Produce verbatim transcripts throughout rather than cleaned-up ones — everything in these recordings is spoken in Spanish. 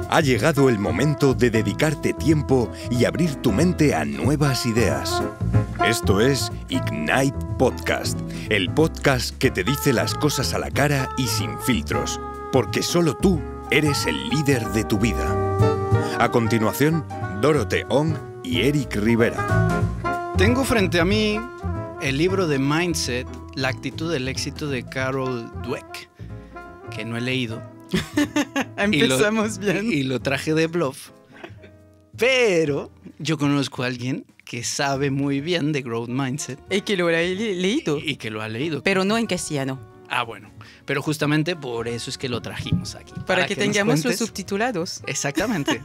Ha llegado el momento de dedicarte tiempo y abrir tu mente a nuevas ideas. Esto es Ignite Podcast, el podcast que te dice las cosas a la cara y sin filtros, porque solo tú eres el líder de tu vida. A continuación, Dorothée Ong y Eric Rivera. Tengo frente a mí el libro de Mindset, La actitud del éxito de Carol Dweck, que no he leído. Empezamos y lo, bien. Y lo traje de bluff. Pero yo conozco a alguien que sabe muy bien de Growth Mindset. Y que lo ha le leído. Y, y que lo ha leído. Pero no en castellano. Ah, bueno. Pero justamente por eso es que lo trajimos aquí. Para, para que, que tengamos los subtitulados. Exactamente.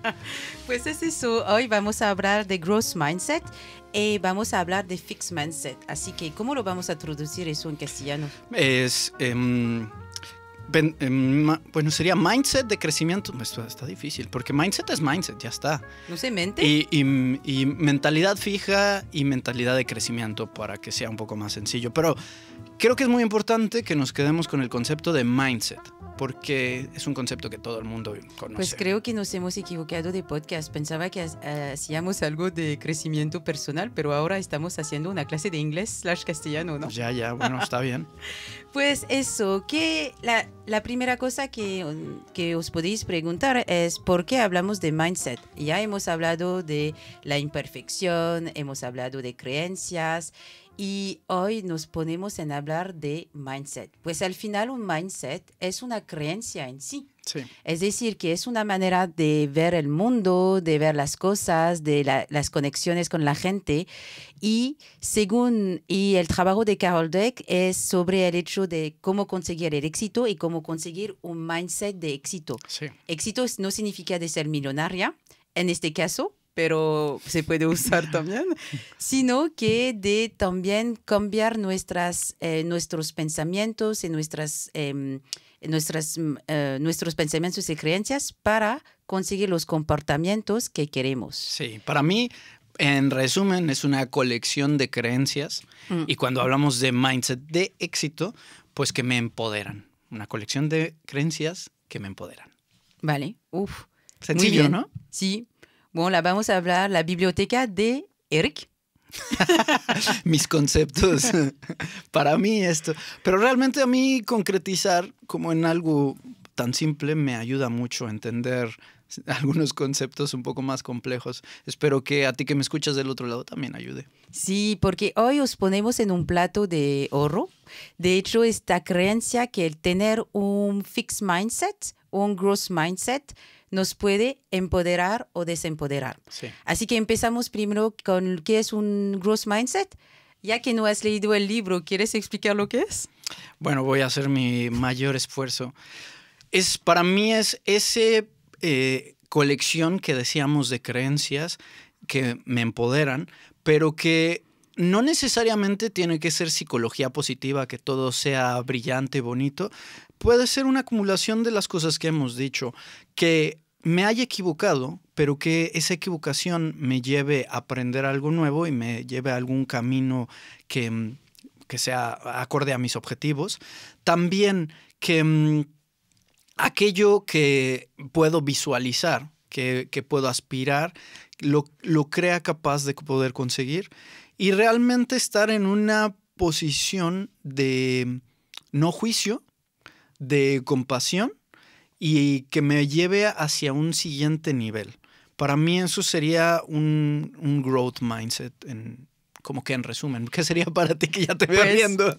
Pues es eso. Hoy vamos a hablar de Growth Mindset y vamos a hablar de Fixed Mindset. Así que, ¿cómo lo vamos a traducir eso en castellano? Es... Um, Ben, eh, ma, bueno, sería mindset de crecimiento. Esto está difícil, porque mindset es mindset, ya está. No sé, mente. Y, y, y mentalidad fija y mentalidad de crecimiento para que sea un poco más sencillo. Pero creo que es muy importante que nos quedemos con el concepto de mindset, porque es un concepto que todo el mundo conoce. Pues creo que nos hemos equivocado de podcast. Pensaba que uh, hacíamos algo de crecimiento personal, pero ahora estamos haciendo una clase de inglés slash castellano, ¿no? Pues ya, ya, bueno, está bien. Pues eso, que la, la primera cosa que, que os podéis preguntar es ¿por qué hablamos de mindset? Ya hemos hablado de la imperfección, hemos hablado de creencias y hoy nos ponemos en hablar de mindset. Pues al final un mindset es una creencia en sí. Sí. Es decir, que es una manera de ver el mundo, de ver las cosas, de la, las conexiones con la gente. Y según y el trabajo de Carol Dweck es sobre el hecho de cómo conseguir el éxito y cómo conseguir un mindset de éxito. Sí. Éxito no significa de ser millonaria, en este caso, pero se puede usar también, sino que de también cambiar nuestras, eh, nuestros pensamientos y nuestras... Eh, Nuestras, uh, nuestros pensamientos y creencias para conseguir los comportamientos que queremos. Sí, para mí, en resumen, es una colección de creencias mm. y cuando hablamos de mindset de éxito, pues que me empoderan. Una colección de creencias que me empoderan. Vale, uf. Sencillo, ¿no? Sí. Bueno, la vamos a hablar, la biblioteca de Eric. Mis conceptos. Para mí esto. Pero realmente a mí concretizar como en algo tan simple me ayuda mucho a entender algunos conceptos un poco más complejos. Espero que a ti que me escuchas del otro lado también ayude. Sí, porque hoy os ponemos en un plato de oro. De hecho, esta creencia que el tener un fixed mindset, un growth mindset, nos puede empoderar o desempoderar. Sí. Así que empezamos primero con qué es un growth mindset. Ya que no has leído el libro, ¿quieres explicar lo que es? Bueno, voy a hacer mi mayor esfuerzo. Es, para mí es ese eh, colección que decíamos de creencias que me empoderan, pero que no necesariamente tiene que ser psicología positiva, que todo sea brillante, bonito. Puede ser una acumulación de las cosas que hemos dicho, que me haya equivocado, pero que esa equivocación me lleve a aprender algo nuevo y me lleve a algún camino que, que sea acorde a mis objetivos. También que um, aquello que puedo visualizar, que, que puedo aspirar, lo, lo crea capaz de poder conseguir y realmente estar en una posición de no juicio, de compasión y que me lleve hacia un siguiente nivel. Para mí eso sería un, un growth mindset, en, como que en resumen. ¿Qué sería para ti que ya te veo pues, riendo?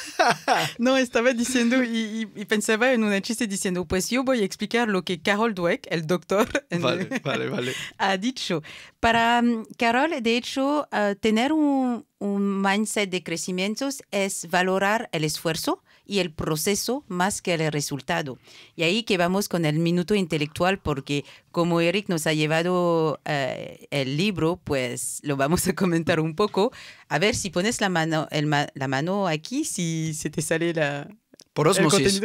No, estaba diciendo y, y, y pensaba en una chiste diciendo, pues yo voy a explicar lo que Carol Dweck, el doctor, vale, el, vale, vale. ha dicho. Para um, Carol, de hecho, uh, tener un, un mindset de crecimientos es valorar el esfuerzo y el proceso más que el resultado. Y ahí que vamos con el minuto intelectual, porque como Eric nos ha llevado uh, el libro, pues lo vamos a comentar un poco. A ver, si pones la mano, el ma la mano aquí, si se te sale la... Por osmosis.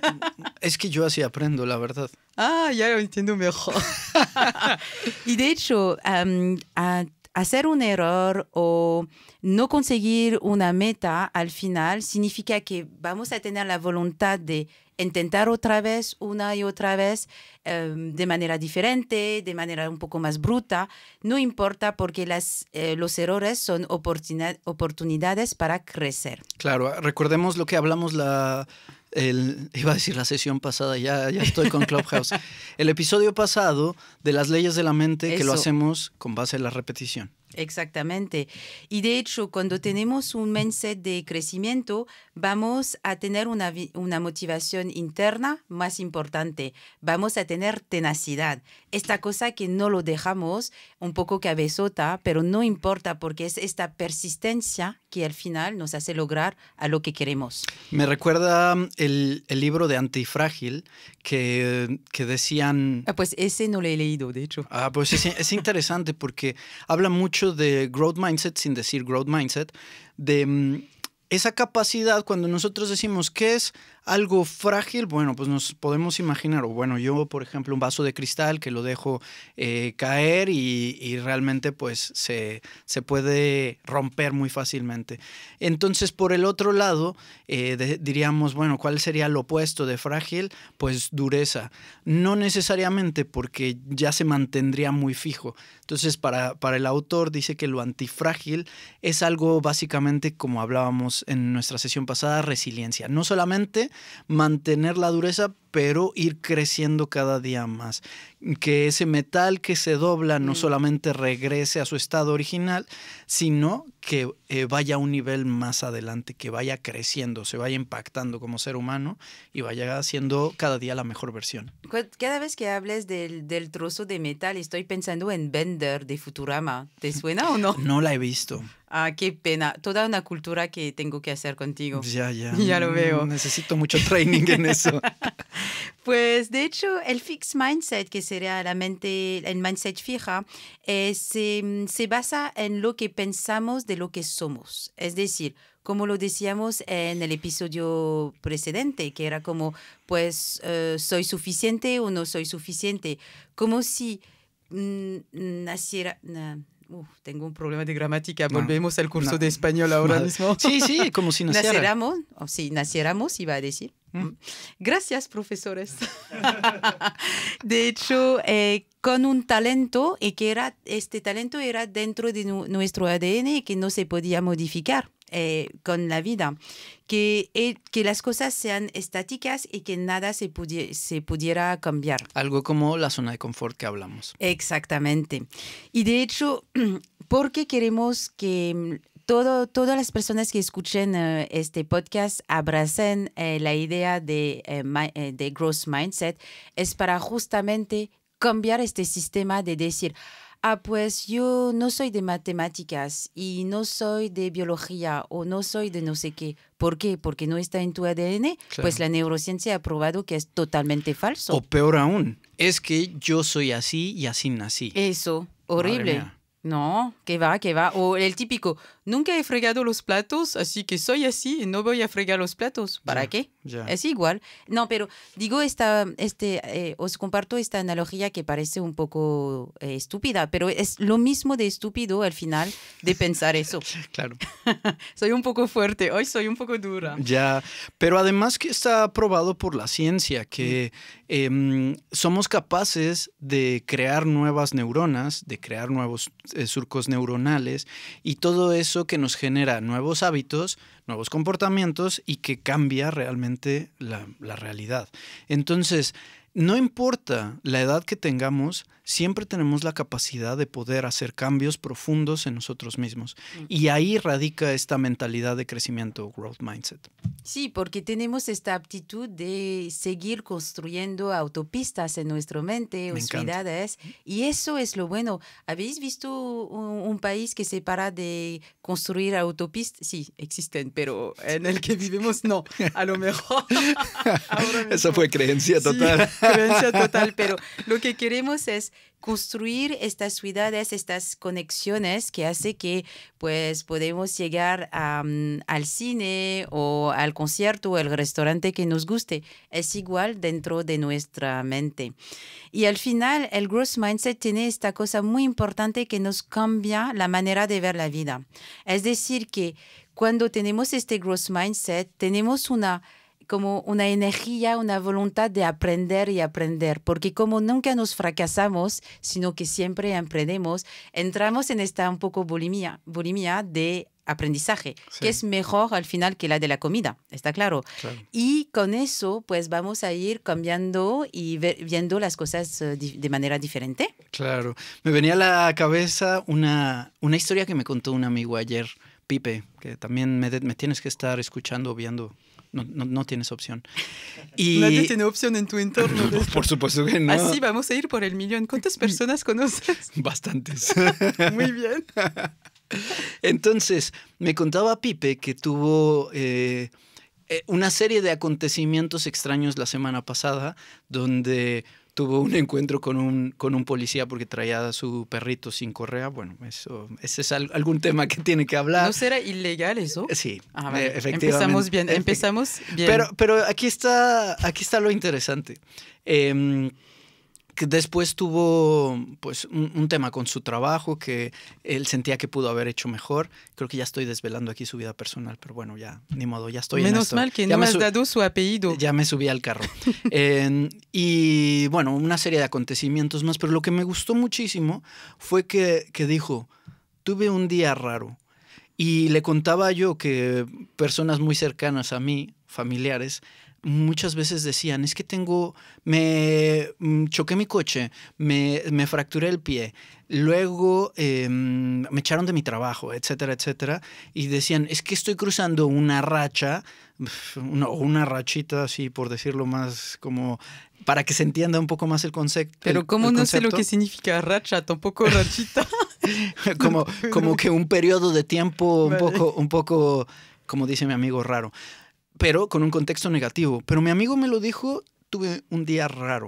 Es que yo así aprendo, la verdad. Ah, ya lo entiendo mejor. Y de hecho, um, a, hacer un error o no conseguir una meta al final significa que vamos a tener la voluntad de intentar otra vez, una y otra vez, eh, de manera diferente, de manera un poco más bruta. No importa porque las, eh, los errores son oportunidad, oportunidades para crecer. Claro, recordemos lo que hablamos la... El, iba a decir la sesión pasada, ya, ya estoy con Clubhouse. El episodio pasado de las leyes de la mente, Eso. que lo hacemos con base en la repetición. Exactamente. Y de hecho, cuando tenemos un mindset de crecimiento, vamos a tener una, una motivación interna más importante. Vamos a tener tenacidad. Esta cosa que no lo dejamos un poco cabezota, pero no importa porque es esta persistencia que al final nos hace lograr a lo que queremos. Me recuerda el, el libro de Antifrágil que, que decían... Ah, pues ese no lo he leído, de hecho. Ah, pues es, es interesante porque habla mucho de growth mindset, sin decir growth mindset, de um, esa capacidad cuando nosotros decimos que es algo frágil, bueno, pues nos podemos imaginar, o bueno, yo, por ejemplo, un vaso de cristal que lo dejo eh, caer y, y realmente pues se, se puede romper muy fácilmente. Entonces, por el otro lado, eh, de, diríamos, bueno, ¿cuál sería lo opuesto de frágil? Pues dureza. No necesariamente porque ya se mantendría muy fijo. Entonces, para, para el autor dice que lo antifrágil es algo básicamente, como hablábamos en nuestra sesión pasada, resiliencia. No solamente mantener la dureza, pero ir creciendo cada día más. Que ese metal que se dobla no mm. solamente regrese a su estado original, sino que eh, vaya a un nivel más adelante, que vaya creciendo, se vaya impactando como ser humano y vaya siendo cada día la mejor versión. Cada vez que hables del, del trozo de metal, estoy pensando en Bender de Futurama. ¿Te suena o no? No la he visto. Ah, qué pena. Toda una cultura que tengo que hacer contigo. Ya, ya. Ya lo veo. Necesito mucho training en eso. Pues, de hecho, el fixed mindset, que sería la mente, el mindset fija, eh, se, se basa en lo que pensamos de lo que somos. Es decir, como lo decíamos en el episodio precedente, que era como, pues, uh, ¿soy suficiente o no soy suficiente? Como si mm, naciera... Nah, Uh, tengo un problema de gramática. No, Volvemos al curso no, de español ahora no. mismo. Sí, sí, como si naciera. Naciéramos, oh, sí, naciéramos, iba a decir. ¿Mm? Gracias, profesores. De hecho, eh, con un talento, y que era, este talento era dentro de nu nuestro A D N y que no se podía modificar eh, con la vida. Que, eh, que las cosas sean estáticas y que nada se, pudi se pudiera cambiar. Algo como la zona de confort que hablamos. Exactamente. Y de hecho, ¿por qué queremos que todo, todas las personas que escuchen uh, este podcast abracen uh, la idea de, uh, my, uh, de growth mindset? Es para justamente cambiar este sistema de decir, ah, pues yo no soy de matemáticas y no soy de biología o no soy de no sé qué. ¿Por qué? Porque no está en tu A D N. Claro. Pues la neurociencia ha probado que es totalmente falso. O peor aún, es que yo soy así y así nací. Eso, horrible. No, que va, que va. O el típico, nunca he fregado los platos, así que soy así y no voy a fregar los platos. ¿Para ya, qué? Ya. Es igual. No, pero digo, esta, este, eh, os comparto esta analogía que parece un poco eh, estúpida, pero es lo mismo de estúpido al final de pensar eso. Claro. Soy un poco fuerte, hoy soy un poco dura. Ya, pero además que está probado por la ciencia que eh, somos capaces de crear nuevas neuronas, de crear nuevos eh, surcos neuronales y todo eso que nos genera nuevos hábitos, nuevos comportamientos y que cambia realmente la, la realidad. Entonces, no importa la edad que tengamos, siempre tenemos la capacidad de poder hacer cambios profundos en nosotros mismos. Mm. Y ahí radica esta mentalidad de crecimiento, growth mindset. Sí, porque tenemos esta aptitud de seguir construyendo autopistas en nuestra mente o ciudades. Y eso es lo bueno. ¿Habéis visto un, un país que se para de construir autopistas? Sí, existen, pero en el que vivimos no. A lo mejor. Eso fue creencia total. Sí. creencia total, pero lo que queremos es construir estas ciudades, estas conexiones que hace que pues podemos llegar a, um, al cine o al concierto o al restaurante que nos guste. Es igual dentro de nuestra mente. Y al final, el growth mindset tiene esta cosa muy importante que nos cambia la manera de ver la vida. Es decir, que cuando tenemos este growth mindset, tenemos una como una energía, una voluntad de aprender y aprender, porque como nunca nos fracasamos, sino que siempre aprendemos, entramos en esta un poco bulimia, bulimia de aprendizaje, sí. que es mejor al final que la de la comida, está claro. claro. Y con eso, pues vamos a ir cambiando y ver, viendo las cosas uh, de manera diferente. Claro. Me venía a la cabeza una, una historia que me contó un amigo ayer, Pipe, que también me, me tienes que estar escuchando o viendo. No, no, no tienes opción. Y... Nadie tiene opción en tu entorno. No, por supuesto que no. Así vamos a ir por el millón. ¿Cuántas personas conoces? Bastantes. Muy bien. Entonces, me contaba Pipe que tuvo eh, una serie de acontecimientos extraños la semana pasada, donde tuvo un encuentro con un, con un policía porque traía a su perrito sin correa. Bueno, eso, ese es al, algún tema que tiene que hablar. ¿No será ilegal eso? Sí, ah, vale. efectivamente. Empezamos bien, empezamos bien. Pero, pero aquí, está, aquí está lo interesante. Eh, que después tuvo pues, un, un tema con su trabajo que él sentía que pudo haber hecho mejor. Creo que ya estoy desvelando aquí su vida personal, pero bueno, ya, ni modo, ya estoy Menos en esto. mal que ya no has dado su apellido. Ya me subí al carro. eh, y bueno, una serie de acontecimientos más, pero lo que me gustó muchísimo fue que, que dijo, tuve un día raro. Y le contaba yo que personas muy cercanas a mí, familiares, muchas veces decían, es que tengo, me choqué mi coche, me, me fracturé el pie, luego eh, me echaron de mi trabajo, etcétera, etcétera. Y decían, es que estoy cruzando una racha, una, una rachita así, por decirlo más como, para que se entienda un poco más el concepto. Pero como no sé lo que significa racha, tampoco rachita. como, como que un periodo de tiempo un, vale. poco, un poco, como dice mi amigo, raro. Pero con un contexto negativo. Pero mi amigo me lo dijo, tuve un día raro.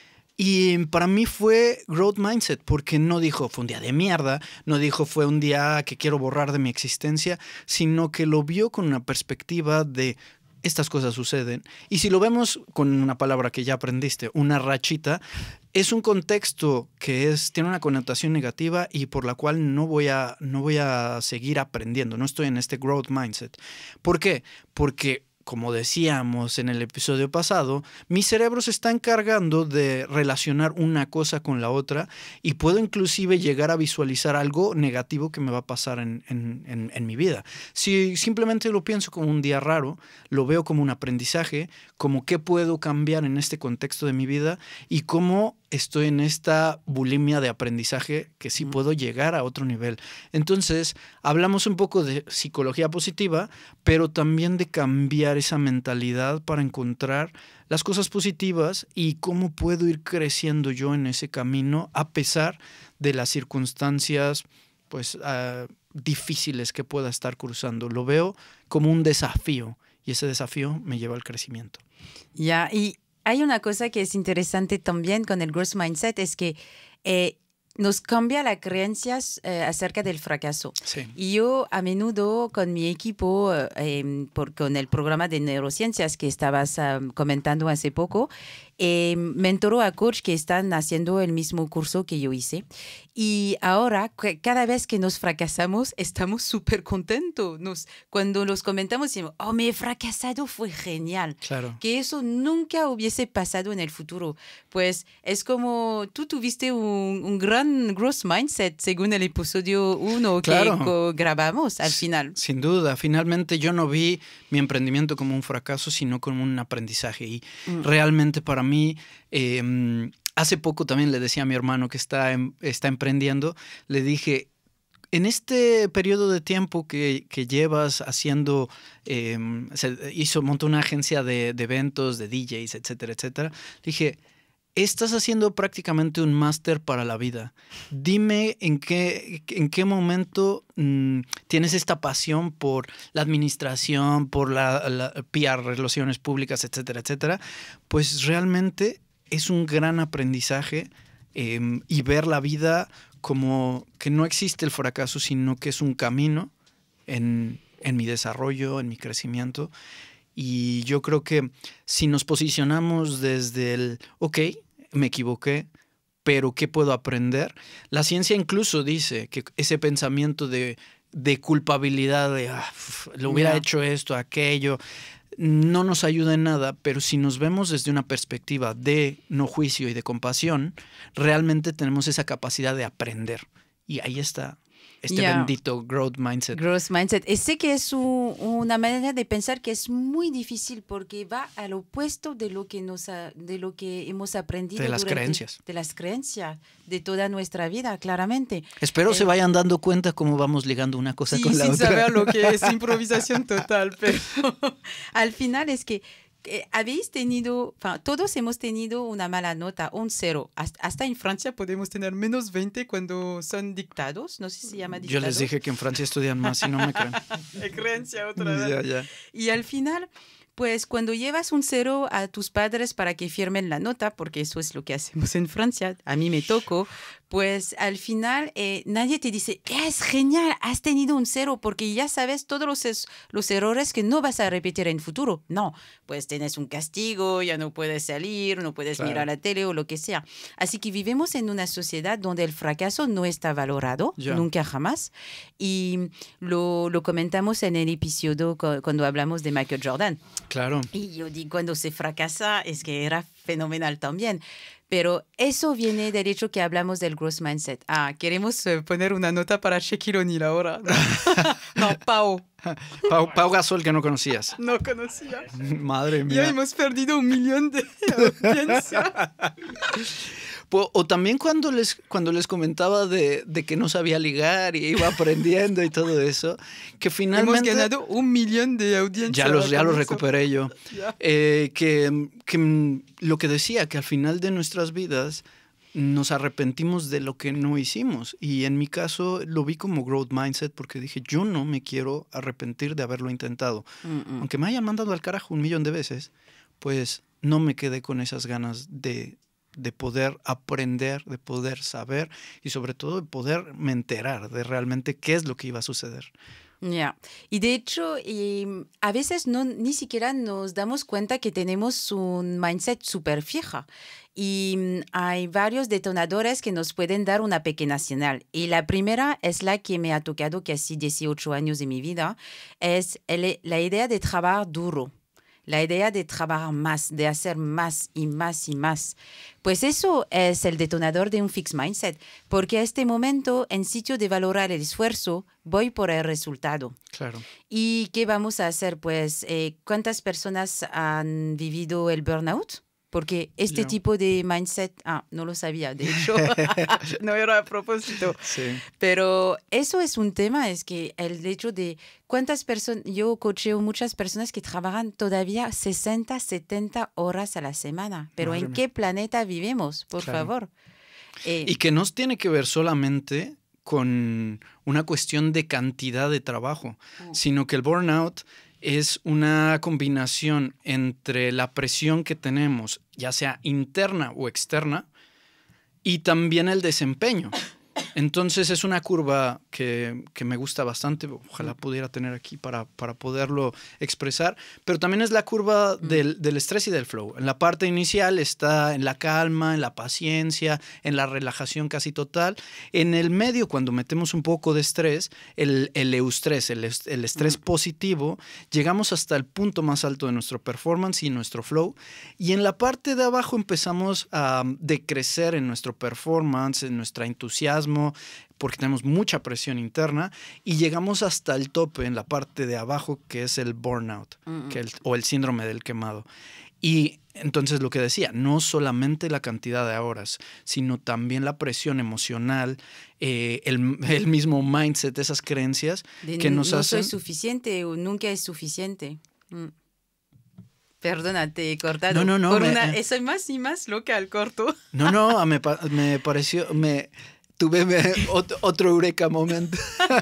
Y para mí fue growth mindset, porque no dijo fue un día de mierda, no dijo fue un día que quiero borrar de mi existencia, sino que lo vio con una perspectiva de estas cosas suceden. Y si lo vemos con una palabra que ya aprendiste, una rachita, es un contexto que es, tiene una connotación negativa y por la cual no voy a, no voy a seguir aprendiendo. No estoy en este growth mindset. ¿Por qué? Porque, como decíamos en el episodio pasado, mi cerebro se está encargando de relacionar una cosa con la otra y puedo inclusive llegar a visualizar algo negativo que me va a pasar en, en, en, en mi vida. Si simplemente lo pienso como un día raro, lo veo como un aprendizaje, como qué puedo cambiar en este contexto de mi vida y cómo estoy en esta bulimia de aprendizaje que sí puedo llegar a otro nivel. Entonces, hablamos un poco de psicología positiva, pero también de cambiar esa mentalidad para encontrar las cosas positivas y cómo puedo ir creciendo yo en ese camino a pesar de las circunstancias pues, uh, difíciles que pueda estar cruzando. Lo veo como un desafío y ese desafío me lleva al crecimiento. Ya, y hay una cosa que es interesante también con el growth mindset, es que eh, nos cambia las creencias eh, acerca del fracaso. Sí. Y yo a menudo con mi equipo, eh, por, con el programa de neurociencias que estabas um, comentando hace poco, eh, mentoro a coach que están haciendo el mismo curso que yo hice. Y ahora, cada vez que nos fracasamos, estamos súper contentos. Nos, cuando los comentamos, decimos, oh, me he fracasado, fue genial. Claro. Que eso nunca hubiese pasado en el futuro. Pues es como tú tuviste un, un gran growth mindset según el episodio uno claro. que grabamos al final. Sin duda. Finalmente yo no vi mi emprendimiento como un fracaso, sino como un aprendizaje. Y mm. realmente para mí mí, eh, hace poco también le decía a mi hermano que está, en, está emprendiendo, le dije, en este periodo de tiempo que, que llevas haciendo, eh, se hizo, montó una agencia de, de eventos, de D Js, etcétera, etcétera, le dije, estás haciendo prácticamente un máster para la vida. Dime en qué, en qué momento mmm, tienes esta pasión por la administración, por la, la P R, relaciones públicas, etcétera, etcétera. Pues realmente es un gran aprendizaje eh, y ver la vida como que no existe el fracaso, sino que es un camino en, en mi desarrollo, en mi crecimiento. Y yo creo que si nos posicionamos desde el, ok, me equivoqué, pero ¿qué puedo aprender? La ciencia incluso dice que ese pensamiento de, de culpabilidad, de ah, lo hubiera No. hecho esto, aquello, no nos ayuda en nada, pero si nos vemos desde una perspectiva de no juicio y de compasión, realmente tenemos esa capacidad de aprender. Y ahí está este Yeah. bendito growth mindset. Growth mindset. Y sé que es un- una manera de pensar que es muy difícil porque va al opuesto de lo que, nos ha- de lo que hemos aprendido. De las durante- creencias. De las creencias de toda nuestra vida, claramente. Espero Eh, se vayan dando cuenta cómo vamos ligando una cosa Sí, con la sin otra. saber lo que es improvisación total, pero Al final es que eh, habéis tenido, enfin, todos hemos tenido una mala nota, un cero. Hasta, hasta en Francia podemos tener menos veinte cuando son dictados. no sé si se llama Yo dictado. les dije que en Francia estudian más y no me creen. De creencia otra vez. Ya, ya. Y al final, pues cuando llevas un cero a tus padres para que firmen la nota, porque eso es lo que hacemos en Francia, a mí me tocó, pues al final eh, nadie te dice, es genial, has tenido un cero, porque ya sabes todos los, es- los errores que no vas a repetir en futuro. No, pues tienes un castigo, ya no puedes salir, no puedes Claro. mirar la tele o lo que sea. Así que vivimos en una sociedad donde el fracaso no está valorado, Ya. nunca jamás. Y lo, lo comentamos en el episodio cu- cuando hablamos de Michael Jordan. Claro. Y yo digo, cuando se fracasa, es que era fenomenal también. Pero eso viene del hecho que hablamos del growth mindset. Ah, queremos eh, poner una nota para Shaquille O'Neal ahora. No, Pau, Pau, Pau Gasol, que no conocías. no conocía. Madre Ya mía. hemos perdido un millón de audiencia. Po- O también cuando les, cuando les comentaba de, de que no sabía ligar y iba aprendiendo y todo eso, que Hemos finalmente... ganado un millón de audiencia. Ya los, ya con los eso. recuperé yo. Ya. Eh, que, que mm, lo que decía, que al final de nuestras vidas nos arrepentimos de lo que no hicimos. Y en mi caso lo vi como growth mindset porque dije, yo no me quiero arrepentir de haberlo intentado. Mm, mm. Aunque me hayan mandado al carajo un millón de veces, pues no me quedé con esas ganas de, de poder aprender, de poder saber y sobre todo de poderme enterar de realmente qué es lo que iba a suceder. Ya. Y de hecho, y, a veces no, ni siquiera nos damos cuenta que tenemos un mindset súper fija. Y mm, hay varios detonadores que nos pueden dar una pequeña señal. Y la primera es la que me ha tocado casi dieciocho años de mi vida, es el- la idea de trabajar duro. La idea de trabajar más, de hacer más y más y más. Pues eso es el detonador de un fixed mindset, porque a este momento, en sitio de valorar el esfuerzo, voy por el resultado. Claro. ¿Y qué vamos a hacer? Pues, eh, ¿cuántas personas han vivido el burnout? Porque este Yo. tipo de mindset, ah, no lo sabía, de hecho, No era a propósito. Sí. pero eso es un tema, es que el hecho de cuántas personas, yo coacheo muchas personas que trabajan todavía sesenta, setenta horas a la semana, pero Madre ¿en mía. qué planeta vivimos? Por Claro. favor. Eh, Y que no tiene que ver solamente con una cuestión de cantidad de trabajo, sino que el burnout es una combinación entre la presión que tenemos, ya sea interna o externa, y también el desempeño. Entonces es una curva que, que me gusta bastante, ojalá pudiera tener aquí para, para poderlo expresar, pero también es la curva del, del estrés y del flow. En la parte inicial está en la calma, en la paciencia, en la relajación casi total. En el medio, cuando metemos un poco de estrés, el, el eustrés, el, est- el estrés positivo, llegamos hasta el punto más alto de nuestro performance y nuestro flow. Y en la parte de abajo empezamos a decrecer en nuestro performance, en nuestro entusiasmo, porque tenemos mucha presión interna y llegamos hasta el tope en la parte de abajo, que es el burnout que el- o el síndrome del quemado. Y entonces lo que decía, no solamente la cantidad de horas, sino también la presión emocional, eh, el, el mismo mindset, esas creencias de que no, nos no hacen... soy suficiente o nunca es suficiente. Mm. Perdona, te he cortado. No, no, no, Por me- una- eh, soy más y más loca al corto. No, no, me, pa- me pareció... Me, tuve otro, otro eureka moment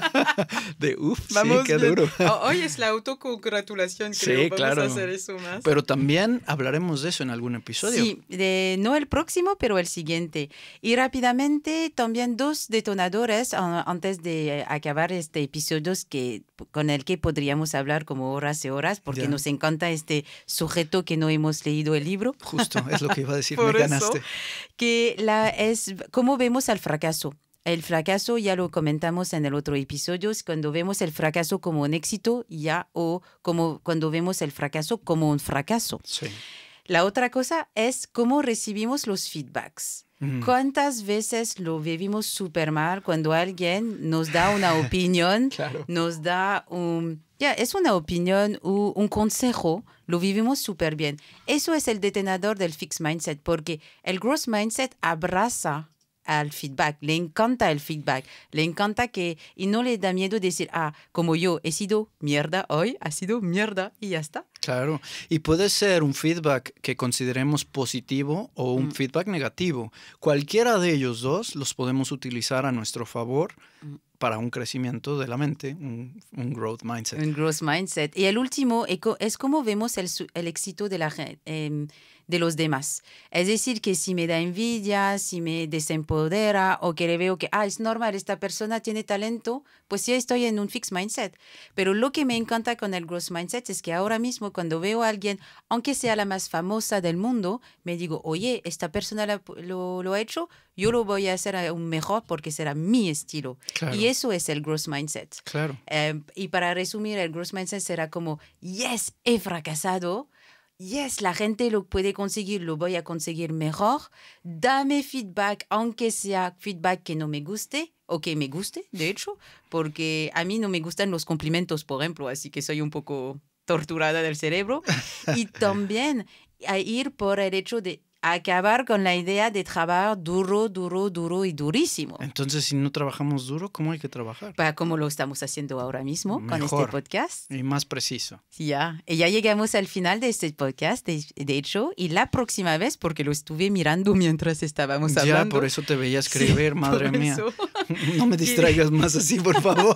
de uff, sí, qué bien. duro. Hoy es la autocongratulación, creo. Sí, Vamos claro. a hacer eso más. Pero también hablaremos de eso en algún episodio. Sí, de, no el próximo, pero el siguiente. Y rápidamente, también dos detonadores uh, antes de acabar este episodio que, con el que podríamos hablar como horas y horas, porque Ya. nos encanta este sujeto que no hemos leído el libro. Justo, es lo que iba a decir, Por me eso. ganaste. Que la, es cómo vemos al fracaso. El fracaso ya lo comentamos en el otro episodio, es cuando vemos el fracaso como un éxito ya o como cuando vemos el fracaso como un fracaso. Sí. La otra cosa es cómo recibimos los feedbacks. Mm. ¿Cuántas veces lo vivimos súper mal cuando alguien nos da una opinión, Claro. nos da un... Ya, es una opinión o un consejo, lo vivimos súper bien. Eso es el detonador del fixed mindset, porque el growth mindset abraza al feedback, le encanta el feedback, le encanta que, y no le da miedo decir, ah, como yo he sido mierda hoy, ha sido mierda y ya está. Claro, y puede ser un feedback que consideremos positivo o un Mm. feedback negativo. Cualquiera de ellos dos los podemos utilizar a nuestro favor Mm. para un crecimiento de la mente, un, un growth mindset. Un growth mindset. Y el último eco- es cómo vemos el, su- el éxito de, la, gen- em, de los demás. Es decir, que si me da envidia, si me desempodera o que le veo que, ah, es normal, esta persona tiene talento, pues sí estoy en un fixed mindset. Pero lo que me encanta con el growth mindset es que ahora mismo cuando veo a alguien, aunque sea la más famosa del mundo, me digo, oye, esta persona la- lo, lo ha hecho, yo lo voy a hacer aún mejor porque será mi estilo. Claro. Y eso es el growth mindset. Claro. Eh, y para resumir, el growth mindset será como, yes, he fracasado, yes, la gente lo puede conseguir, lo voy a conseguir mejor, dame feedback, aunque sea feedback que no me guste o que me guste, de hecho, porque a mí no me gustan los cumplimientos, por ejemplo, así que soy un poco torturada del cerebro. Y también a ir por el hecho de acabar con la idea de trabajar duro, duro, duro y durísimo. Entonces, si no trabajamos duro, ¿cómo hay que trabajar? Para como lo estamos haciendo ahora mismo con Mejor. este podcast. Y más preciso. Ya, y ya llegamos al final de este podcast, de, de hecho, y la próxima vez, porque lo estuve mirando mientras estábamos Ya, hablando. por eso te veía escribir, Sí, madre por mía. eso. No me distraigas más así, por favor.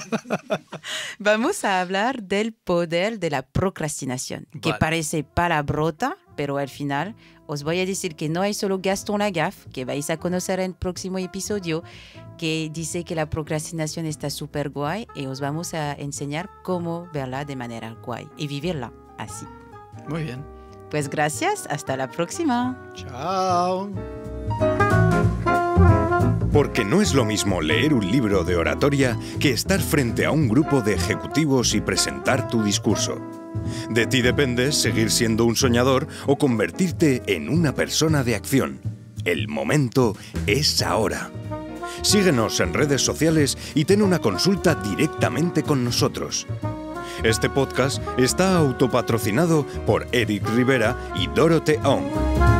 Vamos a hablar del poder de la procrastinación, que Vale. parece palabrota, pero al final os voy a decir que no hay solo Gaston Lagaffe, que vais a conocer en el próximo episodio, que dice que la procrastinación está súper guay y os vamos a enseñar cómo verla de manera guay y vivirla así. Muy bien. Pues gracias, hasta la próxima. Chao. Porque no es lo mismo leer un libro de oratoria que estar frente a un grupo de ejecutivos y presentar tu discurso. De ti depende seguir siendo un soñador o convertirte en una persona de acción. El momento es ahora. Síguenos en redes sociales y ten una consulta directamente con nosotros. Este podcast está autopatrocinado por Eric Rivera y Dorothea Ong.